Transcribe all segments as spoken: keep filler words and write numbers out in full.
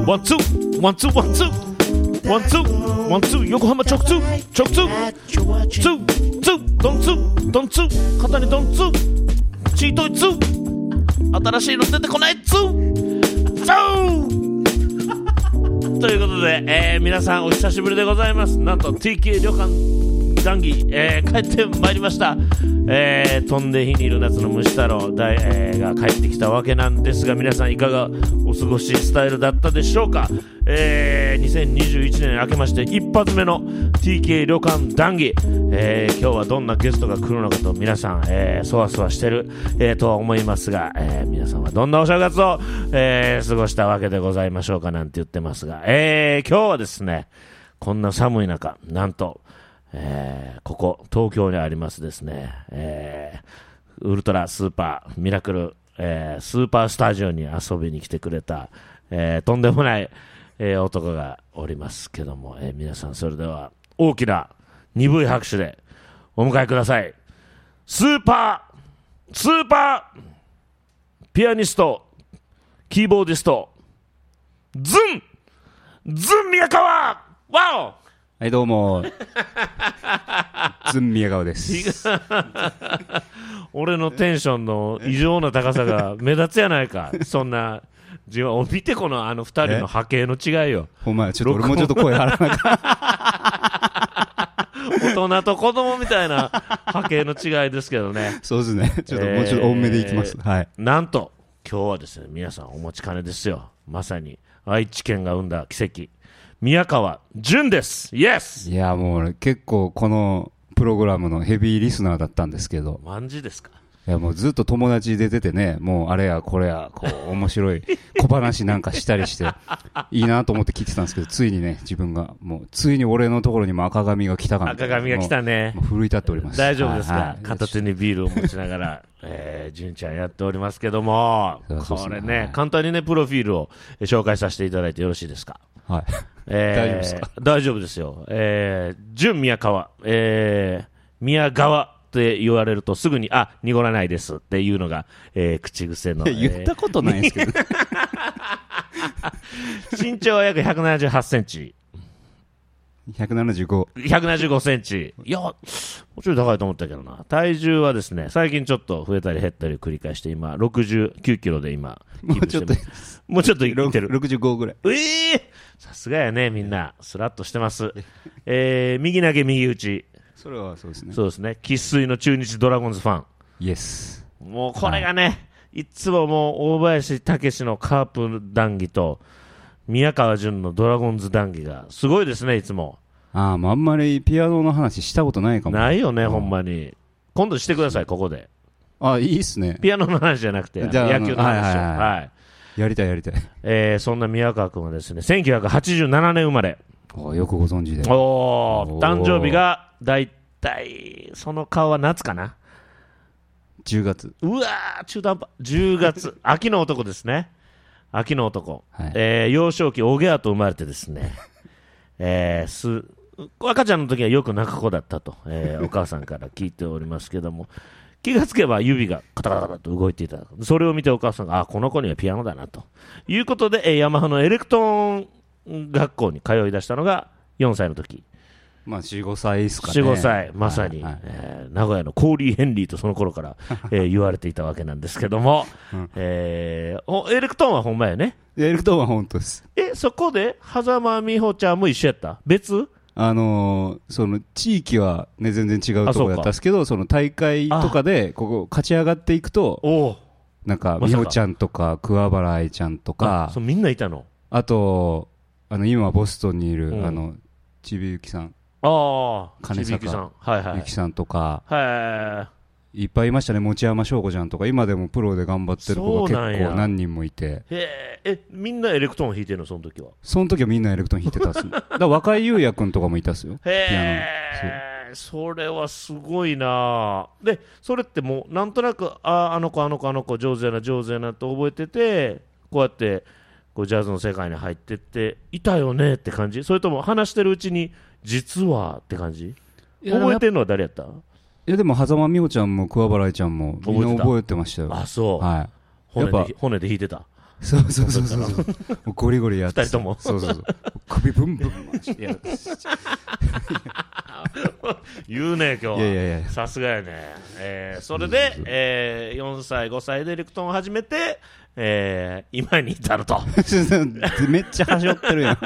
ワンツーワンツーワンツーワンツーワンツー横浜直通直通ツーツードンツードンツー肩にドンツーチートイツー新しいの出てこないツーツーということで、えー、皆さんお久しぶりでございます。なんと ティーケー 旅館談義、えー、帰ってまいりました。えー、飛んで火にいる夏の虫太郎大、えー、が帰ってきたわけなんですが、皆さんいかがお過ごしスタイルだったでしょうか。えー、にせんにじゅういちねん明けまして一発目の ティーケー 旅館談義、えー、今日はどんなゲストが来るのかと皆さん、えー、そわそわしてる、えー、とは思いますが、えー、皆さんはどんなお正月を、えー、過ごしたわけでございましょうかなんて言ってますが、えー、今日はですね、こんな寒い中、なんとえー、ここ東京にありますですね、えー、ウルトラスーパーミラクル、えー、スーパースタジオに遊びに来てくれた、えー、とんでもない、えー、男がおりますけども、えー、皆さんそれでは大きな鈍い拍手でお迎えください。スーパースーパーピアニストキーボーディストズンズン宮川ワオ。 はいどうもズン宮川です俺のテンションの異常な高さが目立つやないか。そんな自分を見て、このあの二人の波形の違いよ。 ほんまや、ちょっと俺もうちょっと声張らなか大人と子供みたいな波形の違いですけどね。 そうですね、ちょっともうちょっと多めでいきます、えー、はい。 なんと今日はですね、皆さんお持ちかねですよ。まさに愛知県が生んだ奇跡、宮川純です。イエス。 いやもう俺結構このプログラムのヘビーリスナーだったんですけど。 マンジですか。 いやもうずっと友達で出てね、もうあれやこれやこう面白い小話なんかしたりしていいなと思って聞いてたんですけど、ついにね自分がもうついに俺のところにも赤髪が来たかみたいな。 赤髪が来たね。 もう奮い立っております。 大丈夫ですか、 はいはい、 片手にビールを持ちながらえー、純ちゃんやっておりますけども、これね、はい、簡単にねプロフィールを紹介させていただいてよろしいですか。 はい、 えー、 大丈夫ですか。 大丈夫ですよ。えー、純宮川、えー、宮川って言われるとすぐにあ濁らないですっていうのが、えー、口癖の、 えー、言ったことないんですけど身長は約ひゃくななじゅうはちセンチ、 ひゃくななじゅうご、 ひゃくななじゅうごセンチ。いやもうちょい高いと思ったけどな。体重はですね、最近ちょっと増えたり減ったり繰り返して今ろくじゅうきゅうキロで今もうちょっともうちょっといってる。 ろくじゅうごぐらい。 ええー、さすがやね、みんなスラッとしてます。えー、右投げ右打ち。 それはそうですね。 そうですね。生粋の中日ドラゴンズファン。 イエス。 もうこれがね、はい、いつももう大林武史のカープ談義と宮川純のドラゴンズ談義がすごいですね、いつも。 ああ、まあ、あんまりピアノの話したことないかも。 ないよね、ほんまに。今度してください、ここで。 あ、いいっすね。 ピアノの話じゃなくて、野球の話を。はいはいはい、はい。 やりたいやりたい。 えー、そんな宮川君はですね、せんきゅうひゃくはちじゅうななねん生まれ。 およくご存知で。 おー、誕生日がだいたいその顔は夏かな。 じゅうがつ。 うわー、中途半端。じゅうがつ。秋の男ですね。秋の男。はい、えー、幼少期、おぎゃーと生まれてですね、えー、す、赤ちゃんの時はよく泣く子だったと、えー、お母さんから聞いておりますけども、気がつけば指がカタカタカタと動いていた。それを見てお母さんが、あ、この子にはピアノだなということで、えー、ヤマハのエレクトーン学校に通い出したのがよんさいの時。 まあ、よん、ごさいですかね。 よん、ごさい、まさに、はいはい、えー、名古屋のコーリー・ヘンリーとその頃から、えー、言われていたわけなんですけども、うんえー、エレクトーンはほんまやね。 エレクトーンは本当です。 え、そこで狭間美穂ちゃんも一緒やった？別？ あのー、その地域は、ね、全然違うところだったんですけど、その大会とかでここ勝ち上がっていくと、なんか美穂ちゃんとか桑原愛ちゃんとか、 そうみんないたの。 あとあの今ボストンにいる、うん、あのちびゆきさん、 ああ、 金坂さん、はいはい、 ゆきさんとか、 はい、 いっぱいいましたね。持山翔子ちゃんとか、今でもプロで頑張ってる子が結構何人もいて。 へえ、みんなエレクトーン弾いてるの、その時は。 その時はみんなエレクトーン弾いてたっす。だから若井優也君とかもいたっすよ。 へえ、それはすごいな。で、それってもうなんとなく、あ、あの子あの子あの子上手やな上手やなと覚えてて、こうやってこうジャズの世界に入ってっていたよねって感じ？それとも話してるうちに実はって感じ？覚えてるのは誰やった？ いやでも狭間美穂ちゃんも桑原愛ちゃんもみんな覚えてましたよ。 あ、そう、 はい、 骨で、骨で弾いてた。 そうそうそうそうそうもうゴリゴリやってふたりともそうそうそう首ブンブン回してやる言うね今日は。 いやいやいやさすがやね、えー、それで、えー、よんさいごさいでリクトンを始めて、えー、今に至るとめっちゃはしょってるやん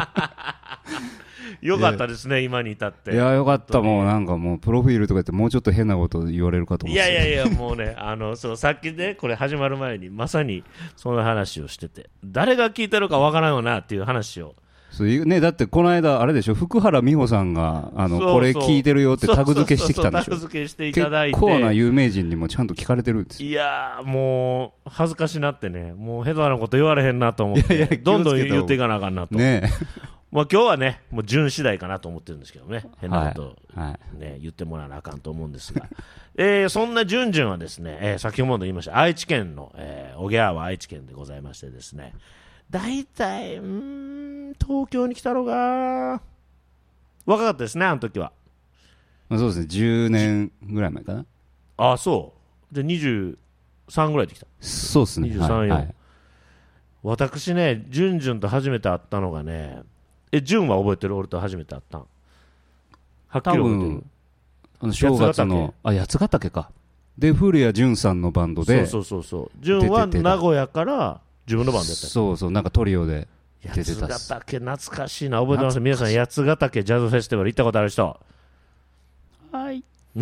よかったですね今に至って。 いやよかった。もうなんかもうプロフィールとか言ってもうちょっと変なこと言われるかと思って。 いやいやいやもうねあのそうさっきねこれ始まる前にまさにその話をしてて、誰が聞いてるかわからんよなっていう話を。 そういうね、だってこの間あれでしょ、福原美穂さんがあのそうそうこれ聞いてるよってタグ付けしてきたんでしょ。 そうそうそうタグ付けしていただいて結構な有名人にもちゃんと聞かれてるんですよ。 いやーもう恥ずかしなってね、もう下手なこと言われへんなと思っていやいやどんどん言っていかなあかんなとねまあ今日はねもう順次第かなと思ってるんですけどね、変なこと、 はいはね、言ってもらわなあかんと思うんですが、えー、そんな順々はですね、えー、先ほど言いました愛知県の、えー、おぎゃーは愛知県でございましてですね、大体うーん東京に来たのが若かったですねあの時は。 まあ、そうですね、じゅうねんぐらい前かな。 ああそうでにじゅうさんぐらいで来た。 そうですねにじゅうさん、 はいはい、 私ね順々と初めて会ったのがね、え順は覚えてる？俺と初めて会ったんはっきり覚えてる？ 多分あの正月のあ八ヶ岳かで古谷淳さんのバンドで、 そうそうそうそう順は名古屋から自分のバンドやった。 そうそうなんかトリオで出てたっす。 八ヶ岳懐かしいな、覚えてます。皆さん八ヶ岳ジャズフェスティバル行ったことある人？ はい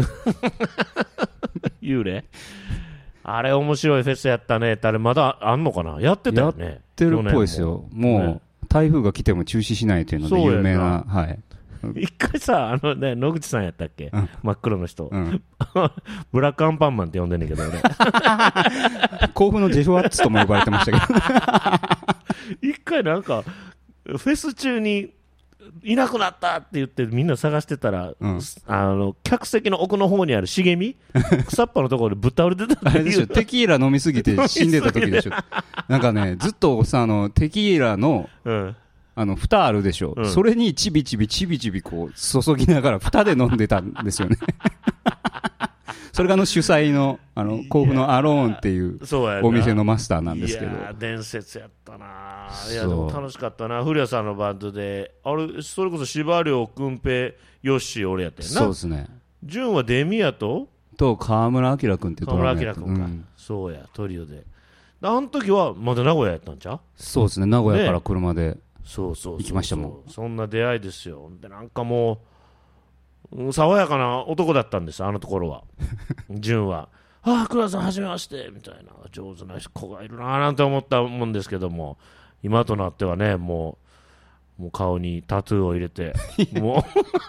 幽霊あれ面白いフェスやったね。あれまだあんのかな？やってたよね。 やってるっぽいですよ。もう、ね、台風が来ても中止しないというので有名な。はい。 一回さあのね野口さんやったっけ、うん、真っ黒の人、うん、ブラックアンパンマンって呼んでんねんけどね甲府のジェフ・ワッツとも呼ばれてましたけど一回なんかフェス中にいなくなったって言ってみんな探してたら、うん、あの客席の奥の方にある茂み草っぱのところでぶっ倒れてたっていう。あれでしょ、 テキーラ飲みすぎて死んでた時でしょなんかねずっとさあのテキーラの、うんあの蓋あるでしょ、うん、それにちびちびちびちびこう注ぎながら蓋で飲んでたんですよねそれがあの主催のあの甲府のアローンっていうお店のマスターなんですけど、いや伝説やったな。いやでも楽しかったな。古谷さんのバンドであれそれこそ司馬遼君平ヨッシー俺やったよな。 そうですね。 潤はデミヤとと川村明君っていう川村明君か、うん、そうやトリオで。あの時はまだ名古屋やったんちゃう？ そうですね、名古屋から車で、ね、 そうそうそうそう行きましたもん。 そんな出会いですよ。でなんかもう爽やかな男だったんですあのところは潤はああ倉さんはじめましてみたいな上手な子がいるななんて思ったもんですけども、今となってはねもう、もう顔にタトゥーを入れても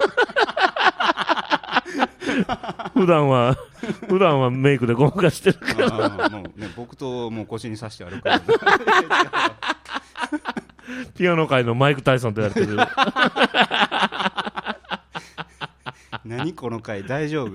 う普段は普段はメイクでごまかしてるからもう、ね、僕ともう腰に刺して歩くからピアノ界のマイク・タイソンと言われてる何この回大丈夫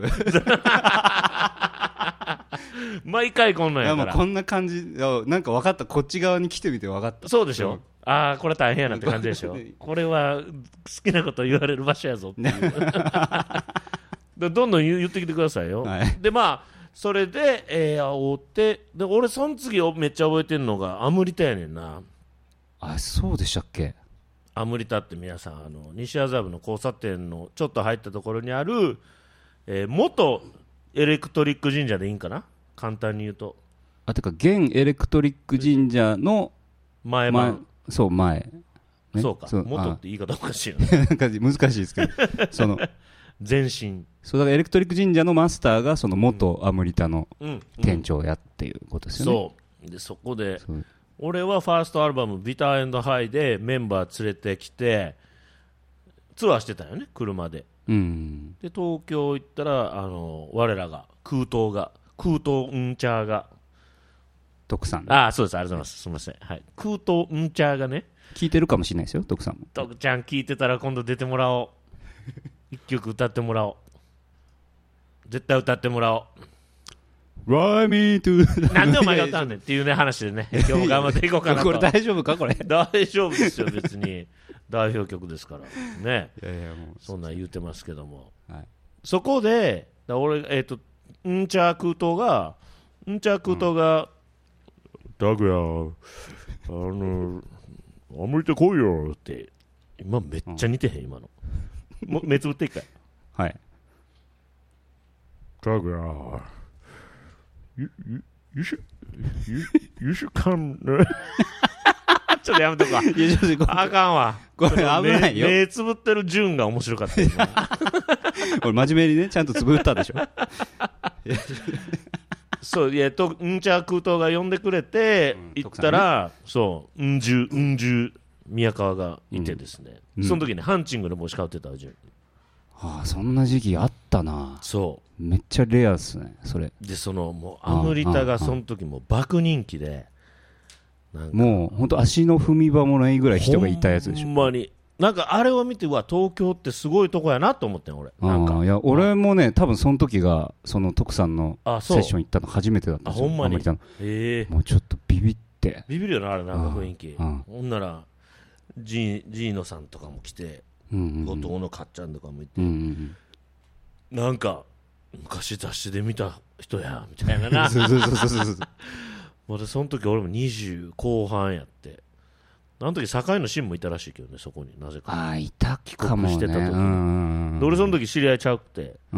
毎回こんなんやから。 いやもうこんな感じなんか分かった。こっち側に来てみて分かった。 そうでしょ。ああこれ大変やなって感じでしょこれは好きなこと言われる場所やぞっていうどんどん言ってきてくださいよ、はい、でまあそれで、えー、会ってで俺その次めっちゃ覚えてるのがアムリタやねんな。 あそうでしたっけ。 アムリタって皆さんあの西麻布の交差点のちょっと入ったところにある、えー、元エレクトリック神社でいいんかな簡単に言うと。 あてか現エレクトリック神社の前版そう前、 ね、そうかそう元って言い方おかしいよねなんか難しいですけどその前身そうだからエレクトリック神社のマスターがその元アムリタの店長やっていうことですよね、 うんうん、そうでそこで俺はファーストアルバムビターエンドハイでメンバー連れてきてツアーしてたよね車で、うん、で東京行ったらあの我らが空洞が空洞うんちゃーが徳さん。 ああそうですありがとうございますすみません、はい、空洞うんちゃーがね聞いてるかもしれないですよ徳さんも。 徳ちゃん聞いてたら今度出てもらおう一曲歌ってもらおう絶対歌ってもらおう Ride me to なんでお前が歌うねんっていうね話でね今日も頑張っていこうかなとこれ大丈夫かこれ大丈夫ですよ別に代表曲ですからね。いやいやもうそんなん言うてますけども、はい、そこでだ俺えっ、ー、とんちゃー空洞がんちゃー空洞が、うん拓也、あのアメリカ来いよって今めっちゃ似てへん今のも目つぶっていいかい。 はい。 拓也、you you you should you you should come ちょっとやめとくわ。あかんわ。 これ危ないよ。 目, 目つぶってる順が面白かった。 俺真面目にねちゃんとつぶったでしょ。 そういやとんちゃ空党が呼んでくれて、うん、行ったら、ね、そううんじゅうんじゅ宮川がいてですね、うん、その時にハンチングの帽子買ってたわ。 ああそんな時期あったな。 そうめっちゃレアっすねそれで。そのもうアムリタがその時も爆人気で、 なんかもう本当足の踏み場もないぐらい人がいたやつでしょ。 ほんまになんかあれを見てうわ東京ってすごいとこやなと思ってん俺。なんかいや俺もね多分その時がその徳さんのセッション行ったの初めてだったんですよ。 あほんまに。 えー、もうちょっとビビってビビるよなあれなんか雰囲気。ほんならジーノさんとかも来て、うんうんうん、後藤のかっちゃんとかもいて、うんうんうん、なんか昔雑誌で見た人やみたいなな。そうそうそうそうそうまだその時俺もにじゅう後半やって、あの時堺のシンもいたらしいけどねそこになぜか。 ああいたかもね。 帰国してた時に、うんで俺その時知り合いちゃうくて、うん、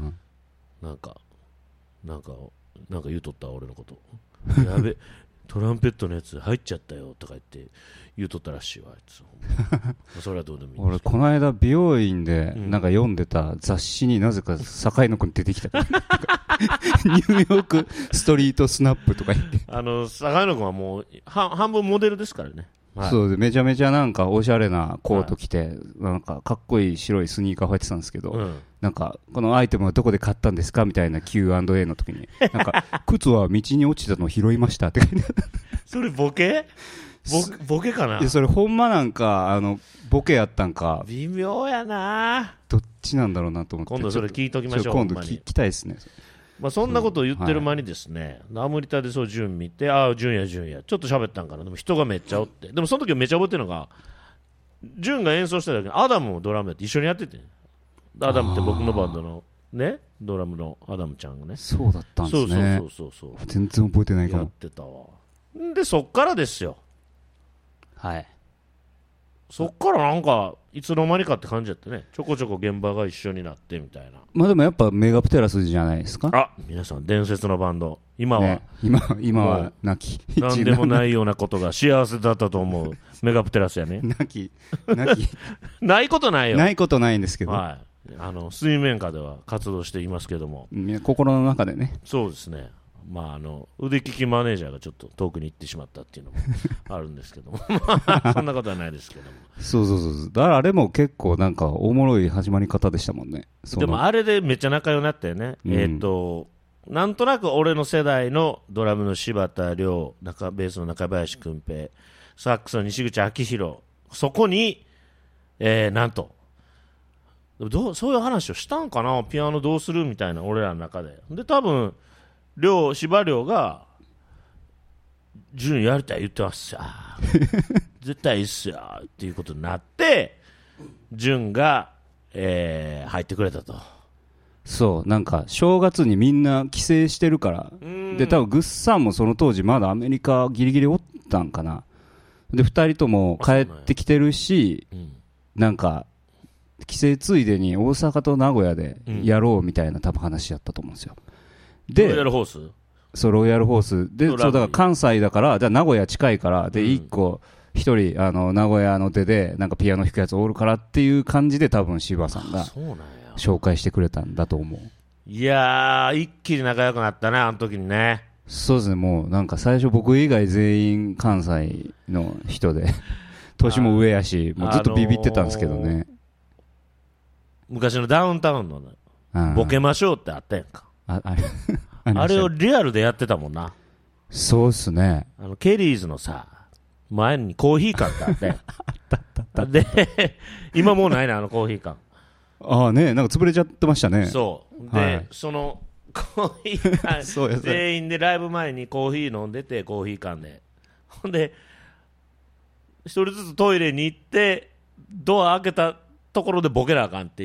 なんかなんかなんか言うとった俺のことやべトランペットのやつ入っちゃったよとか言って言うとったらしいわあいつ。それはどうでもいい。 俺この間美容院でなんか読んでた雑誌になぜか堺の子に出てきた。ニューヨークストリートスナップとか言って。 あの堺の子はもう半分モデルですからね。はい、 そうでめちゃめちゃなんかおしゃれなコート着て、はい、なんかかっこいい白いスニーカー履いてたんですけど、うん、なんかこのアイテムはどこで買ったんですかみたいな キューアンドエー の時になんか靴は道に落ちたのを拾いましたってそれボケボ, ボケかな。 いやそれほんまなんかあのボケやったんか微妙やな。 どっちなんだろうなと思って今度それ聞いときましょう。 今度聞きたいですね。 まあ、そんなことを言ってる間にですね、うんはい、アムリタでそう順見て、ああ順や順やちょっと喋ったんかな。でも人がめっちゃおって、でもその時めっちゃ覚えてるのが順が演奏した時にアダムもドラムやって一緒にやってて、アダムって僕のバンドのねドラムのアダムちゃんがね。 そうだったんですね。 そうそうそうそう全然覚えてないかも。 やってたわ。でそっからですよ。 はいそっからなんかいつの間にかって感じだったね。ちょこちょこ現場が一緒になってみたいな。 まあでもやっぱメガプテラスじゃないですか。 あ皆さん伝説のバンド今は、ね、 今, 今はなきなんでもないようなことが幸せだったと思うメガプテラスやね。 なきなきないことないよ。 ないことないんですけど、 はい、あの水面下では活動していますけども心の中でね。 そうですね。まあ、あの腕利きマネージャーがちょっと遠くに行ってしまったっていうのもあるんですけどもそんなことはないですけども。 そうそうそうだからあれも結構なんかおもろい始まり方でしたもんね。 でもあれでめっちゃ仲良くなったよね、うん、えーとなんとなく俺の世代のドラムの柴田亮、中ベースの中林君平、サックスの西口昭弘、そこに、えー、なんとどうそういう話をしたんかな、ピアノどうするみたいな俺らの中で。で多分亮柴亮が順やりたい言ってますよ絶対いいっすよっていうことになって順が、えー、入ってくれたと。 そうなんか正月にみんな帰省してるからで多分グッサンもその当時まだアメリカギリギリおったんかな。でふたりとも帰ってきてるし、うん、なんか帰省ついでに大阪と名古屋でやろうみたいな多分話やったと思うんですよ。 でロイヤルホースそうロイヤルホースでそうだから関西だからじゃあ名古屋近いからでいっこひとりあの名古屋の出でなんかピアノ弾くやつおるからっていう感じで多分柴さんが紹介してくれたんだと思う。 いやー一気に仲良くなったねあの時にね。 そうですねもうなんか最初僕以外全員関西の人で年も上やしもうずっとビビってたんですけどね、あのー、 昔のダウンタウンの、ね、ボケましょうってあったやんか。あ, あ, れあれをリアルでやってたもんな。 そうっすね。 あのケリーズのさ前にコーヒー缶ってあってあったあったあったで今もうないなあのコーヒー缶。 ああねなんか潰れちゃってましたね。 そうで、はい、そのコーヒー缶そう全員でライブ前にコーヒー飲んでてコーヒー缶でほんで一人ずつトイレに行ってドア開けたところでボケなあかんっていう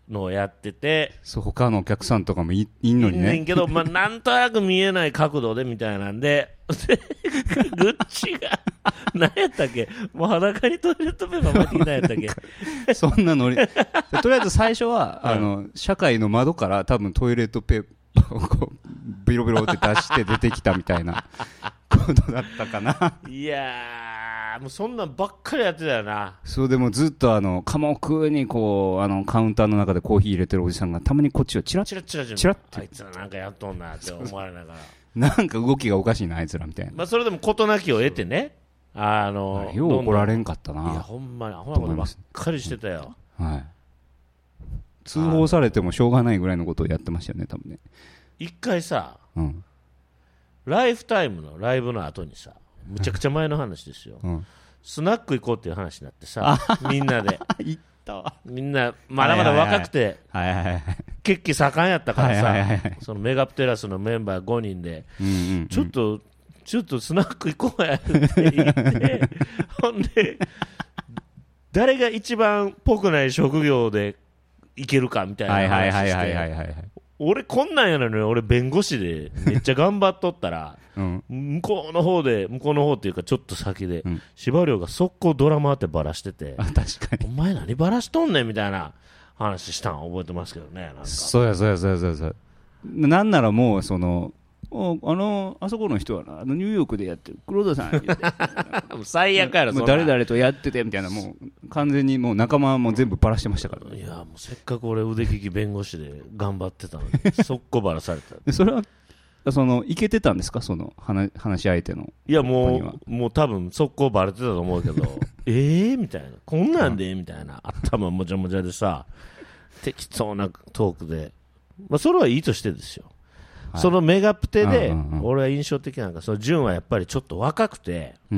のをやってて、 そう他のお客さんとかもいいんのにね。 いいねんけど、まあ、なんとなく見えない角度でみたいなんで、でグッチが、何やったっけ、もう裸にトイレットペーパー巻いてきたんやったっけ。 そんなノリ。とりあえず最初は、あの、社会の窓から多分トイレットペーパーをこう、ビロビロって出して出てきたみたいなことだったかな。 いやー、もうそんなんばっかりやってたよな。 そうでもずっとあの、寡黙にこう、あの、カウンターの中でコーヒー入れてるおじさんがたまにこっちをチラッチラッチラチラッてあいつらなんかやっとんなって思われながら。 なんか動きがおかしいなあいつらみたいな。 まあそれでも事なきを得てね、あのよう怒られんかったな。 いやほんまにアホなことばっかりしてたよ。 はい。通報されてもしょうがないぐらいのことをやってましたよね多分ね。 一回さ、 うん、 ライフタイムのライブの後にさ、むちゃくちゃ前の話ですよ、うん、スナック行こうっていう話になってさ、みんなで行ったわ。 みんなまだまだ若くて血気盛んやったからさ、はいはいはいはい、そのメガプテラスのメンバーごにんで、うんうんうん、ちょっとちょっとスナック行こうやって言ってほんで誰が一番っぽくない職業で行けるかみたいな話して俺こんなんやのに俺弁護士でめっちゃ頑張っとったら、うん、向こうの方で向こうの方っていうかちょっと先で、うん、司馬遼が速攻ドラマってバラしてて、 あ確かにお前何バラしとんねんみたいな話したん覚えてますけどね。なんかそうやそうやそうやそうやそうや。なんならもうそのおあのあそこの人はなあのニューヨークでやってる黒田さんもう最悪やろもう誰々とやっててみたいな、もう完全にもう仲間も全部バラしてましたから、ね、 いやもうせっかく俺腕利き弁護士で頑張ってたのに速攻バラされたそれはそのいけてたんですか、その 話, 話し相手の。 いやもうもう多分速攻バレてたと思うけどえーみたいな、こんなんでみたいな、頭もちゃもちゃでさ適当なトークで、まあ、それはいいとしてですよ、はい、そのメガプテで、うんうんうん、俺は印象的なのがその潤はやっぱりちょっと若くて、うん、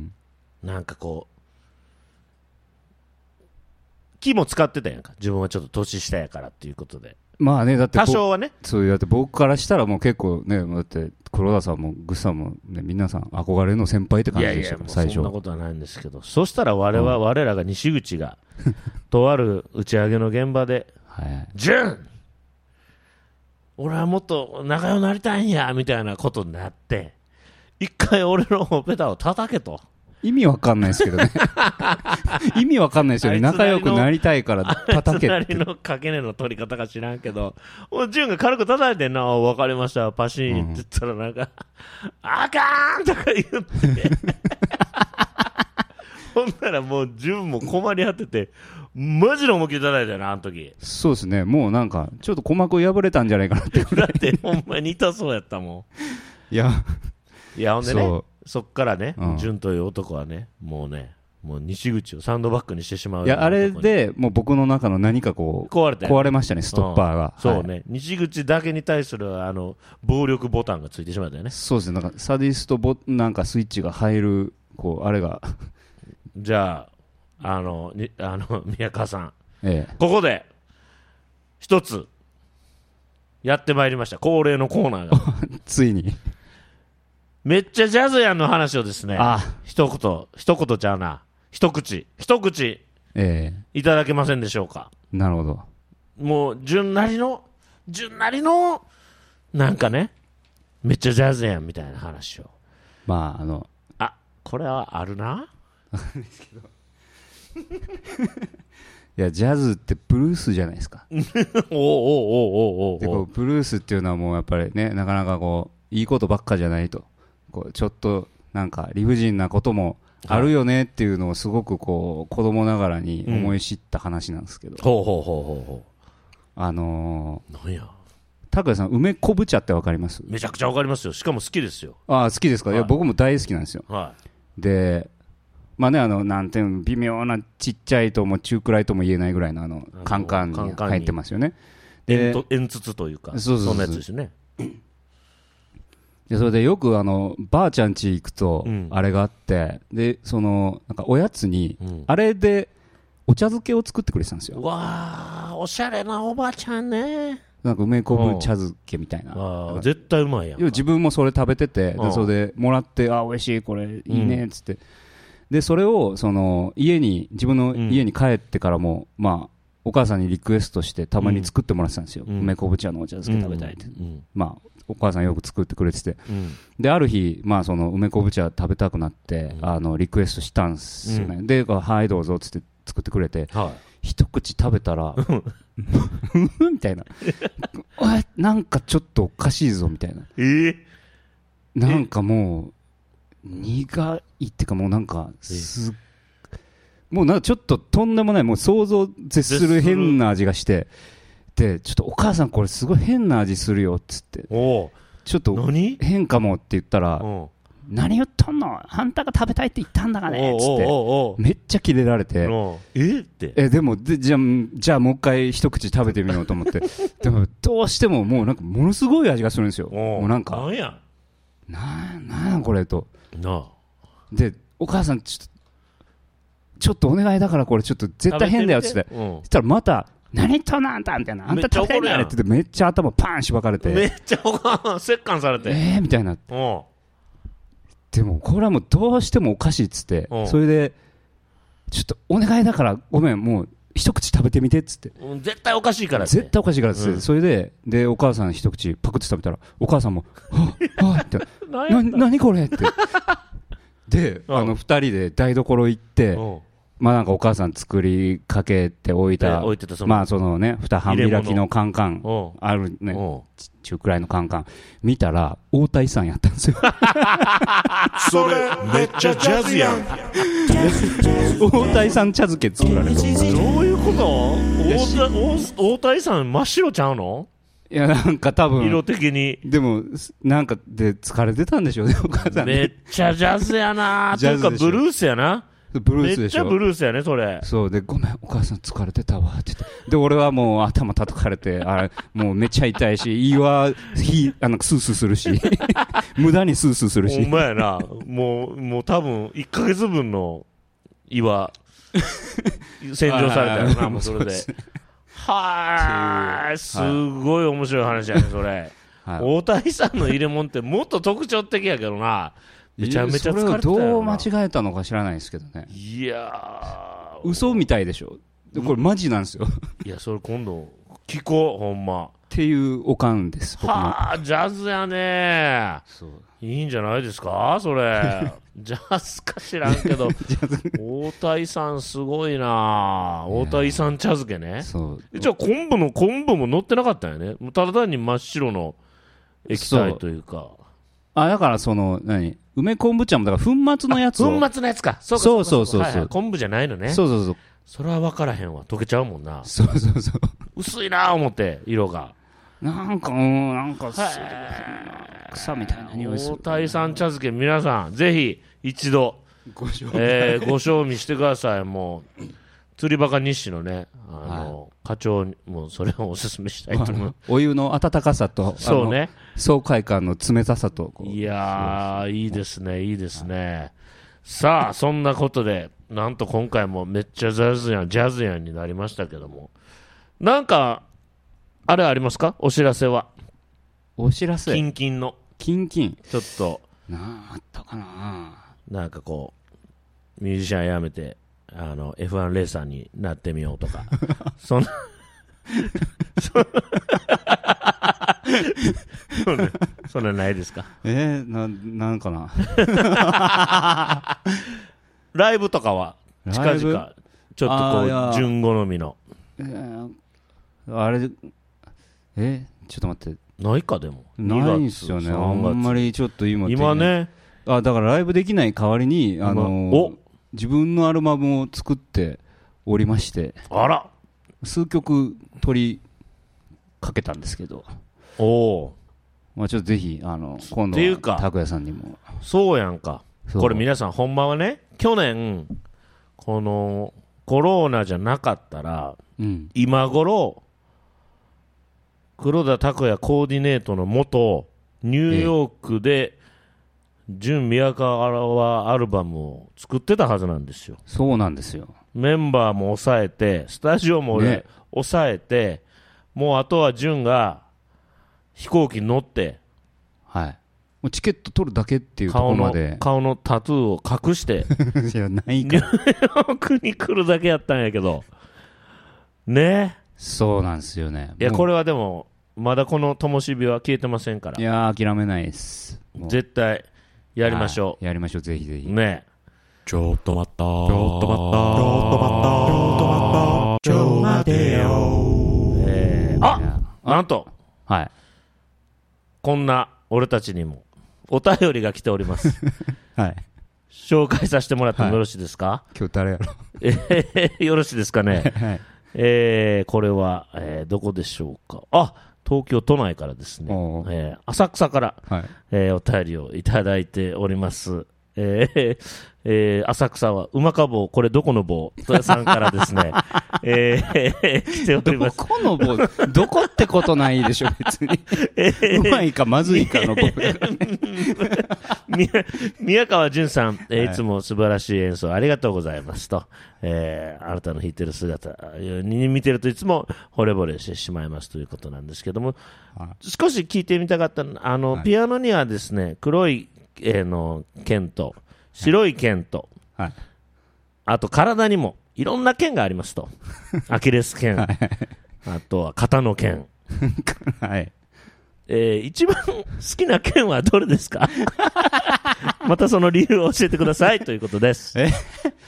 なんかこう気も使ってたやんか、自分はちょっと年下やからっていうことで。 まあね、だって多少はね、 そういうだって僕からしたらもう結構ね、だって黒田さんもグッさんもね、皆さん憧れの先輩って感じでしたから。最初。 そんなことはないんですけど、そしたら我々、うん、我らが西口がとある打ち上げの現場で、はい、潤俺はもっと仲良くなりたいんやみたいなことになって、一回俺のほっぺたを叩けと。 意味わかんないですけどね意味わかんないですよね。仲良くなりたいから叩けって。あいつなりの掛け根の取り方か知らんけど、潤が軽く叩いてんな、分かりましたパシーンって言ったらなんか、うん、あかーんとか言ってほんならもう潤も困り果ててマジで思いっきり叩いたよな、あの時。 そうですね、もうなんかちょっと鼓膜破れたんじゃないかなってだってほんまに痛そうやったもんいやいやほんでね、そっからね、潤、うん、という男はね、もうね、もう西口をサンドバッグにしてしまう。 いや、あれで、もう僕の中の何かこう、壊れた、ね、壊れましたね、ストッパーが。 うん、そうね、はい、西口だけに対する、あの、暴力ボタンがついてしまったよね。 そうですね、なんかサディストボ、なんかスイッチが入る、こう、あれが。 じゃあ、あの、にあの宮川さん、 ええ、 ここで、一つ、やってまいりました。恒例のコーナーが。 ついに。 めっちゃジャズやんの話をですね、ああ一言、一言ちゃうな、一口、一口、ええ、いただけませんでしょうか。 なるほど。 もう、順なりの、順なりの、なんかね、めっちゃジャズやんみたいな話を。 まあ、あの、 あ、これはあるな。 いや、ジャズってブルースじゃないですか。 おおおおおおお。 で、こう、ブルースっていうのはもうやっぱりね、なかなかこう、いいことばっかじゃないと。こうちょっとなんか理不尽なこともあるよねっていうのをすごくこう子供ながらに思い知った話なんですけど、うん、 ほうほうほうほうほう。 あのー、なんや拓也さん、梅昆布茶ってわかります？ めちゃくちゃわかりますよ。しかも好きですよ。 ああ、好きですか？はい、いや僕も大好きなんですよ。 はい、 でまあね、あのなんていうの、微妙なちっちゃいとも中くらいとも言えないぐらいのあのカンカンに入ってますよね。 煙筒というか、そうそうそう、そんなやつですよね。 でそれでよくあのばあちゃん家行くとあれがあって、うん、でそのなんかおやつに、うん、あれでお茶漬けを作ってくれてたんですよ。 わー、おしゃれなおばあちゃんね。 なんか梅昆布茶漬けみたいな。 あ絶対うまいやん。 自分もそれ食べてて、でそれでもらって、あ美味しいこれいいねっつって、うん、でそれをその家に自分の家に帰ってからも、まあお母さんにリクエストしてたまに作ってもらってたんですよ、 うん、 梅昆布茶のお茶漬け食べたいって、 うんうん、 まあお母さんよく作ってくれてて、 うん、 である日、まあ、その梅昆布茶食べたくなって、うん、あのリクエストしたんですよね、うん、ではいどうぞっつって作ってくれて、はい、一口食べたらみたいななんかちょっとおかしいぞみたいな、 えー、 なんかもう苦いっていうかもうなんかすっもうなんかちょっととんでもないもう想像絶する変な味がしてでちょっとお母さんこれすごい変な味するよっつっておちょっと変かもって言ったら何言っとんのあんたが食べたいって言ったんだがねっつってめっちゃキレられてえってえでもでじゃあじゃあもう一回一口食べてみようと思ってでもどうしてももうなんかものすごい味がするんですよもうなんかなんやななんやこれとなでお母さんちょっとちょっとお願いだからこれちょっと絶対変だよっつって、うん、そしたらまた何言ったのあんたみたいなあんた食べたいんだよってめっちゃ頭パンしばかれてめっちゃ折檻されてえーみたいなでもこれはもうどうしてもおかしいっつってそれでちょっとお願いだからごめんもう一口食べてみてっつって、 うん、絶対おかしいからって絶対おかしいからっつって、うん、それででお母さん一口パクって食べたらお母さんもはっはっってな何これってであのふたりで台所行ってまあなんかお母さん作りかけておいた、まあそのね、蓋半開きのカンカン、あるね、中くらいのカンカン、見たら、大谷さんやったんですよ。 それ、めっちゃジャズやん。 大谷さん茶漬け作られた。どういうこと大谷さん真っ白ちゃうのいやなんか多分色的にでもなんかで疲れてたんでしょうねお母さんねめっちゃジャズやなというかブルースやなブルースでしょめっちゃブルースやねそれそうでごめんお母さん疲れてたわって言ってで俺はもう頭叩かれてあもうめっちゃ痛いし胃はひあのスースーするし無駄にスースーするしほんまやなもうもう多分いっかげつぶんの胃は洗浄されたよなもうそれではーいすごい面白い話やねそれ、はい、大谷さんの入れ物ってもっと特徴的やけどなめちゃめちゃ疲れてたよなそれをどう間違えたのか知らないですけどねいやー嘘みたいでしょこれマジなんですよいやそれ今度聞こうほんまっていうおかんです僕もはあジャズやねそういいんじゃないですかそれジャズか知らんけど大谷さんすごいな大谷さん茶漬けねそうじゃあ昆布の昆布も乗ってなかったよねただ単に真っ白の液体というかあだからその何梅昆布茶もだから粉末のやつを粉末のやつかそうそうそうそう、はいはい、 昆布じゃないのねそうそうそうそれは分からへんわ溶けちゃうもんなそうそうそう薄いな思って色がなんかうんなんか草みたいな匂いする大谷さん茶漬け皆さんぜひ一度ご賞味、えー、ご賞味してくださいもう釣りバカ日誌のねあの、はい、課長にもそれをお勧めしたいと思うお湯の温かさとそうね爽快感の冷たさといやーいいですねいいですね、はい、さあそんなことでなんと今回もめっちゃジャズやんジャズやんになりましたけどもなんかあれありますかお知らせはお知らせキンキンのキンキンちょっとなああったかななんかこうミュージシャン辞めてあの エフワン レーサーになってみようとかそんなそんなそんなないですかえー、ななんかなライブとかは近々ちょっとこう順好みの、 えー、あれえちょっと待ってないかでもないんすよねあんまりちょっと今今ねあだからライブできない代わりにあのー、自分のアルバムを作っておりましてあら数曲取りかけたんですけどおお、 まあ、ちょっとぜひあの今度は拓哉さんにもそうやんかこれ皆さんほんまはね去年このコロナじゃなかったら、うん、今頃黒田拓哉コーディネートの元ニューヨークで純宮川アルバムを作ってたはずなんですよそうなんですよメンバーも抑えてスタジオも、ね、抑えてもうあとは純が飛行機に乗ってはいもうチケット取るだけっていうところまで顔の、顔のタトゥーを隠していやないかニューヨークに来るだけやったんやけどね。 そうなんですよね。 いや、これはでもまだこの灯火は消えてませんから。 いやー、諦めないです。 絶対やりましょう。 やりましょう、ぜひぜひ。 ね。 ちょっと待ったちょっと待ったちょっと待ったちょっと待ったちょ待てよ、 えー、あ、なんと、 はい、 こんな俺たちにもお便りが来ております。 はい、 紹介させてもらってもよろしいですか？ はい、今日誰やろえー、よろしいですかね。 はい、 えー、これは、えー、どこでしょうか。あ、東京都内からですね、えー、浅草から、はい、えー、お便りをいただいております。えーえー、浅草は馬か棒、これどこの棒さんからですね、えー、来ております。 どこの棒、どこってことないでしょ別に、えー、うまいかまずいかの棒だからね。 宮川淳さん、えー、いつも素晴らしい演奏ありがとうございますと、えー、あなたの弾いてる姿に見てるといつも惚れ惚れしてしまいますということなんですけども、はい、少し聞いてみたかったあの、はい、ピアノにはですね、黒い、えー、の剣と白い剣と、はい、あと体にもいろんな剣がありますと。アキレス腱、はい、あとは肩の剣、はい、えー、一番好きな剣はどれですか？またその理由を教えてくださいということです。 え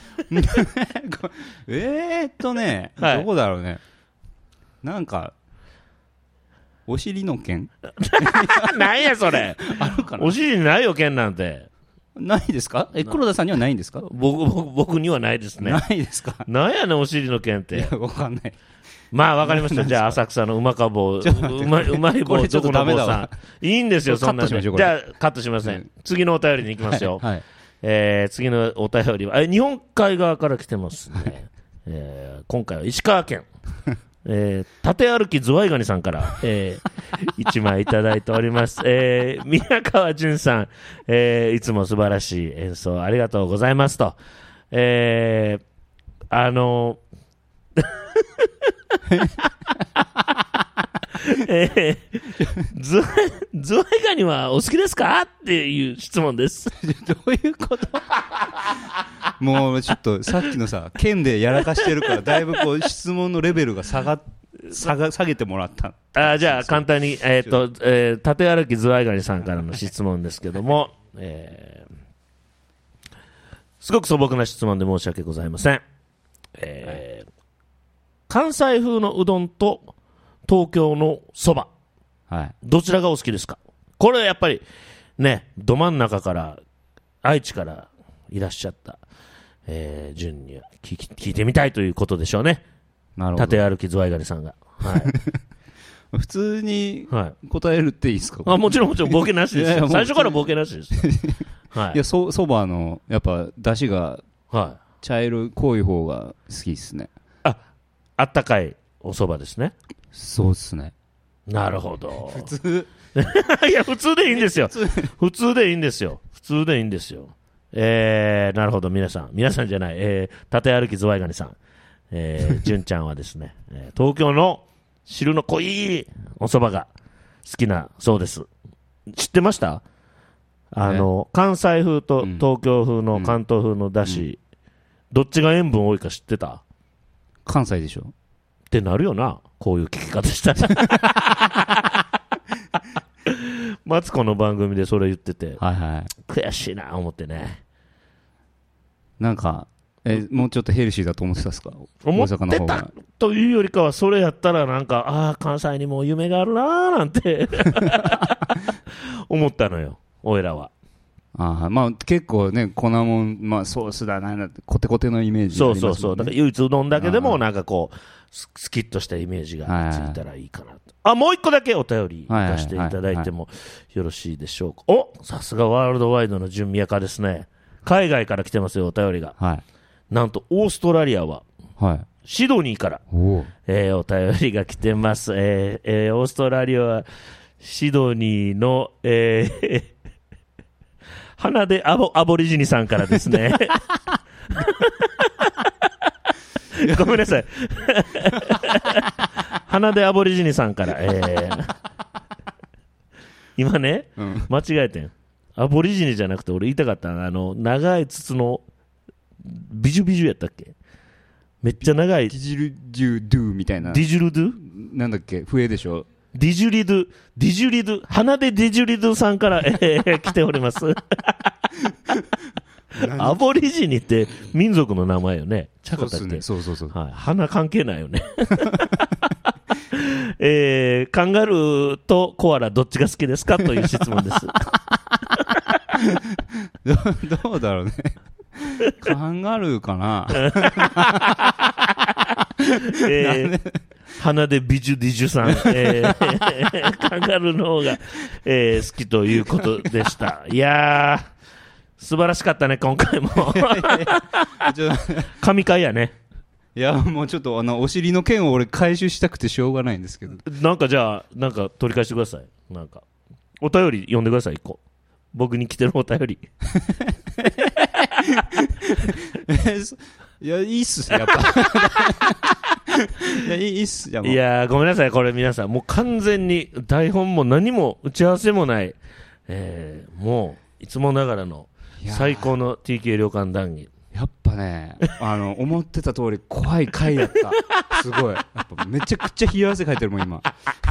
えーっとね、はい、どこだろうね。なんかお尻の剣なんやそれ。 あるかな。 お尻にないよ剣なんて。 ないですか？え、黒田さんにはないんですか？ 僕、僕、僕にはないですね。 ないですか？ なんやねんお尻の剣って。 いや、わかんない。 まあわかりました。じゃあ浅草の馬か棒、うまい、うまい棒、どこの棒さん。いいんですよ、そんなの。じゃあカットしません。うん、次のお便りに行きますよ。はいはい、えー、次のお便りは、え、日本海側から来てますね。えー、今回は石川県。えー、縦歩きズワイガニさんから、えー、いちまいいただいております。えー、宮川淳さん、えー、いつも素晴らしい演奏ありがとうございますと。えー、あのえー、ズワイ、ズワイガニはお好きですかっていう質問です。 どういうこともうちょっとさっきのさ、剣でやらかしてるからだいぶこう質問のレベルが下が下が下げてもらった。 あ、じゃあ簡単に、えーとえー、縦歩きズワイガニさんからの質問ですけども、えー、すごく素朴な質問で申し訳ございません。えーはい、関西風のうどんと東京のそば、はい、どちらがお好きですか？これやっぱりね、ど真ん中から愛知からいらっしゃった、えー、順に聞き聞いてみたいということでしょうね。なるほど。縦歩きズワイガニさんが、はい、 普通に答えるっていいですか？ はい、あ、もちろんもちろんボケなしですよ。最初からボケなしです。 はい、いや、そそばのやっぱ出汁が茶色い濃い方が好きですね。 あ、あったかいおそばですね。 そうですね。 なるほど。 普通いや、普通でいいんですよ。普通でいいんですよ。普通でいいんですよ。えー、なるほど。皆さん、皆さんじゃない、えー、縦歩きズワイガニさん、えー、純ちゃんはですね、えー、東京の汁の濃いお蕎麦が好きなそうです。知ってました？あの、ね、関西風と東京風の関東風のだし、うんうん、どっちが塩分多いか知ってた？ 関西でしょってなるよな、こういう聞き方したら。マツコの番組でそれ言ってて、はいはい、悔しいな思ってね。 なんかえもうちょっとヘルシーだと思ってたんですか？ 思ってたというよりかは、それやったらなんか、ああ関西にも夢があるなーなんて思ったのよ、俺らは。 あ、まあ、結構ね、粉もん、まあ、ソースだな、コテコテのイメージがありますもんね。 そうそうそう、だから唯一うどんだけでもなんかこうスキッとしたイメージがついたらいいかなと。あ、もう一個だけお便り出していただいてもよろしいでしょうか。お、さすがワールドワイドの純宮家ですね。海外から来てますよ、お便りが。はい、なんとオーストラリアは、はい、シドニーから、お,、えー、お便りが来てます。えーえー、オーストラリアはシドニーの、えー花でアボ、アボリジニさんからですね。ごめんなさい。花でアボリジニさんから、えー、今ね、うん、間違えてん。アボリジニじゃなくて俺言いたかったのあの長い筒のビジュビジュやったっけ？ めっちゃ長いディジルジュドゥみたいなディジュルドゥなんだっけ笛でしょ。 ディジュリドゥディジュリドゥ鼻でディジュリドゥさんから、えー、来ておりますアボリジニって民族の名前よね。ちゃかったっけ。 そうそうそう、 はい、鼻関係ないよね、えー、カンガルーとコアラどっちが好きですかという質問ですど, どうだろうねカンガルーかな、 えー、鼻でビジュディジュさん、えー、カンガルーの方が、えー、好きということでした。いやー素晴らしかったね今回も神回やね。 いやもうちょっとあのお尻の剣を俺回収したくてしょうがないんですけど、 なんかじゃあなんか取り返してください。なんかお便り読んでください。一個僕に来てるお便りいやいいっすやっぱいやいいっす。いや、 いやごめんなさいこれ皆さんもう完全に台本も何も打ち合わせもない、えー、もういつもながらの最高の ティーケー 旅館談義。 やっぱねあの思ってた通り怖い回だったすごいやっぱめちゃくちゃ冷や汗かいてるもん今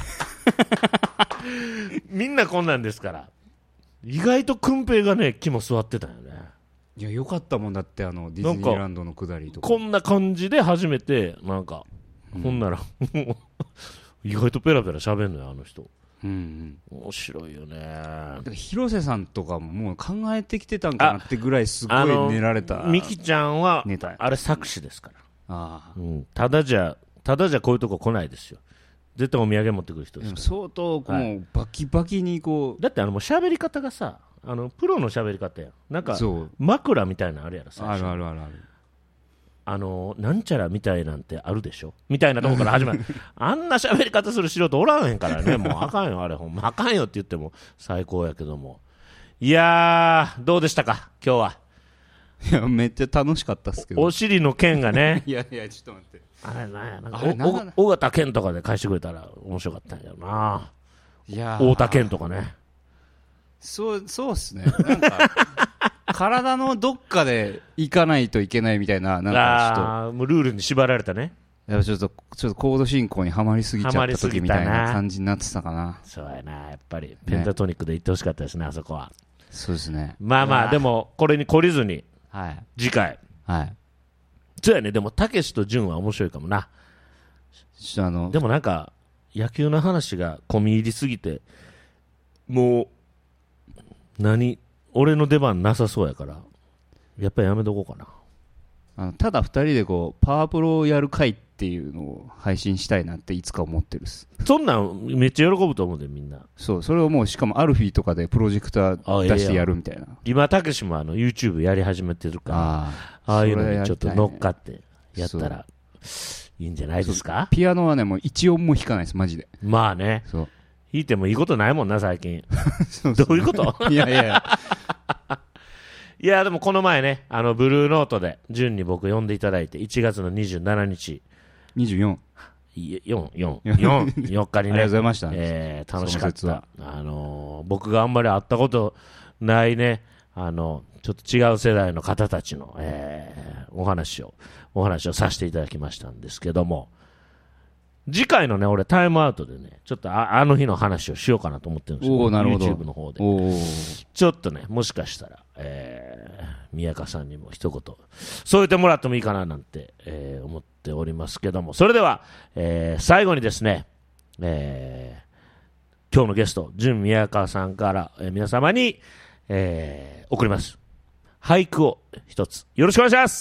みんなこんなんですから。意外と訓平がね肝座ってたよね。 いやよかったもんだってあのディズニーランドの下りとかこんな感じで初めてなんか、うん、ほんなら意外とペラペラ喋んのよあの人。うんうん、面白いよね。 広瀬さんとかももう考えてきてたんかなってぐらいすごい練られた。 ミキちゃんはあれ作詞ですから、あ、うん、ただじゃただじゃこういうとこ来ないですよ。絶対お土産持ってくる人ですから。 相当もうバキバキにこう、はい、 だってあのもう喋り方がさあのプロの喋り方やなんか枕みたいなのあるやろ。 あるあるあるある。 あのなんちゃらみたいなんてあるでしょみたいなところから始まるあんな喋り方する素人おらんへんからね。もうあかんよあれほんまあかんよって言っても最高やけども。いやーどうでしたか今日は。 いやめっちゃ楽しかったっすけどお, お尻の剣がねいやいやちょっと待ってあれなんやなんか尾形剣とかで返してくれたら面白かったんやな。いや太田剣とかね。 そうそうっすねなんか体のどっかで行かないといけないみたいな、なんかちょっとあもうルールに縛られたね。 やっぱちょっとちょっとコード進行にはまりすぎちゃった時みたいな感じになってたかな。 そうやなやっぱりペンタトニックで行ってほしかったですね、あそこは。 そうですね。 まあまあでもこれに懲りずに、 はい、 次回、 はい、 そうやね。でもたけしと潤は面白いかもな。あのでもなんか野球の話が込み入りすぎてもう何俺の出番なさそうやからやっぱりやめとこうかな。 あのただふたりでこうパワープロをやる回っていうのを配信したいなっていつか思ってるっす。 そんなんめっちゃ喜ぶと思うでみんな。 そうそれをもうしかもアルフィーとかでプロジェクター出してやるみたいな。 今たけしもあの YouTube やり始めてるから あ, ああいうのにちょっと乗っかってやったらいいんじゃないですか。 ピアノはねもう一音も弾かないですマジで。 まあねそう弾いてもいいことないもんな最近そうそう、ね、どういうこといやいやいやいやでもこの前ねあのブルーノートで順に僕呼んでいただいていちがつのにじゅうしちにちにじゅうよんよん、よん、よん、よっかにねありがとうございました、 えー、楽しかった。あのー、僕があんまり会ったことないねあのちょっと違う世代の方たちの、えー、お話をお話をさせていただきましたんですけども、次回のね俺タイムアウトでねちょっと あ, あの日の話をしようかなと思ってるんですよ。 おなるほど YouTube の方でちょっとねもしかしたら、えー、宮川さんにも一言添えてもらってもいいかななんて、えー、思っておりますけども、それでは、えー、最後にですね、えー、今日のゲスト準宮川さんから、えー、皆様に、えー、送ります俳句を一つよろしくお願いします。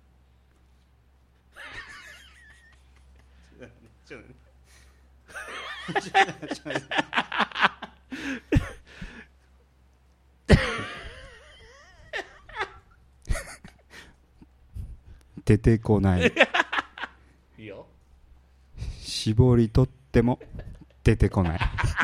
出てこないいいよ。 絞り取っても出てこない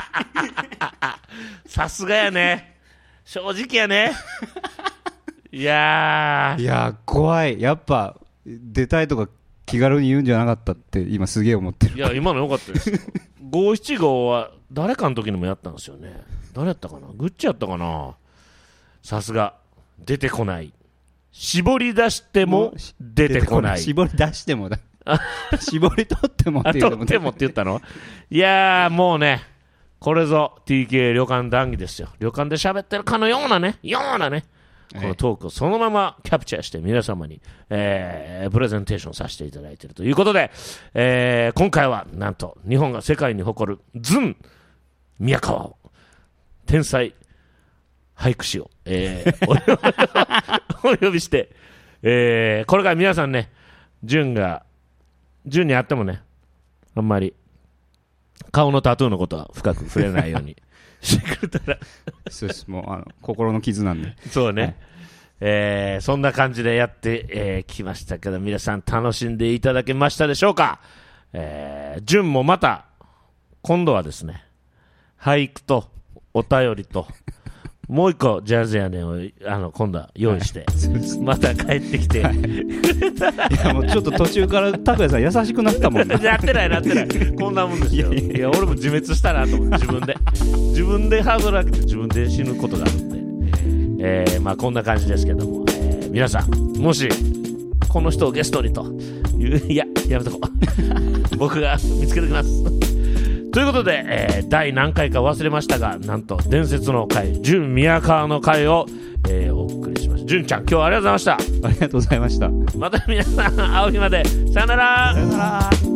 さすがやね正直やねいやーいやー怖い。やっぱ出たいとか気軽に言うんじゃなかったって今すげえ思ってる。 いや今の良かったですよごじゅうなな号は誰かの時にもやったんですよね。誰やったかなグッチやったかな。さすが出てこない絞り出しても出てこない。 絞り出してもだ。絞り取ってもっていうのも、 取ってもって言ったの。いやーもうね、これぞ ティーケー 旅館談義ですよ。旅館で喋ってるかのようなね、ようなね、このトークをそのままキャプチャーして皆様に、えー、プレゼンテーションさせていただいているということで、えー、今回はなんと日本が世界に誇るズン宮川を天才俳句師を、えー、お呼びして、えー、これから皆さんね、潤が潤にあってもね、あんまり顔のタトゥーのことは深く触れないようにしてくれたらそうです。もうあの心の傷なんで。 そうね、 はい、 えー、そんな感じでやってき、えー、ましたけど、皆さん楽しんでいただけましたでしょうか。えー、潤もまた今度はですね、俳句とお便りともう一個ジャズやねんをあの今度は用意して、はい、また帰ってきて、はい、 いやもうちょっと途中から拓也さん優しくなったもんね。 やってないなってない、こんなもんですよ。いやいやいや、俺も自滅したなと思って、自分で自分でハードル上げて自分で死ぬことがあるんで、えー、まあこんな感じですけども、えー、皆さんもしこの人をゲストにといういややめとこう僕が見つけてきますということで、えー、第何回か忘れましたが、なんと伝説の回、純宮川の回を、えー、お送りしました。純ちゃん、今日はありがとうございました。 ありがとうございました。 また皆さん会う日まで、さよなら。 さよなら。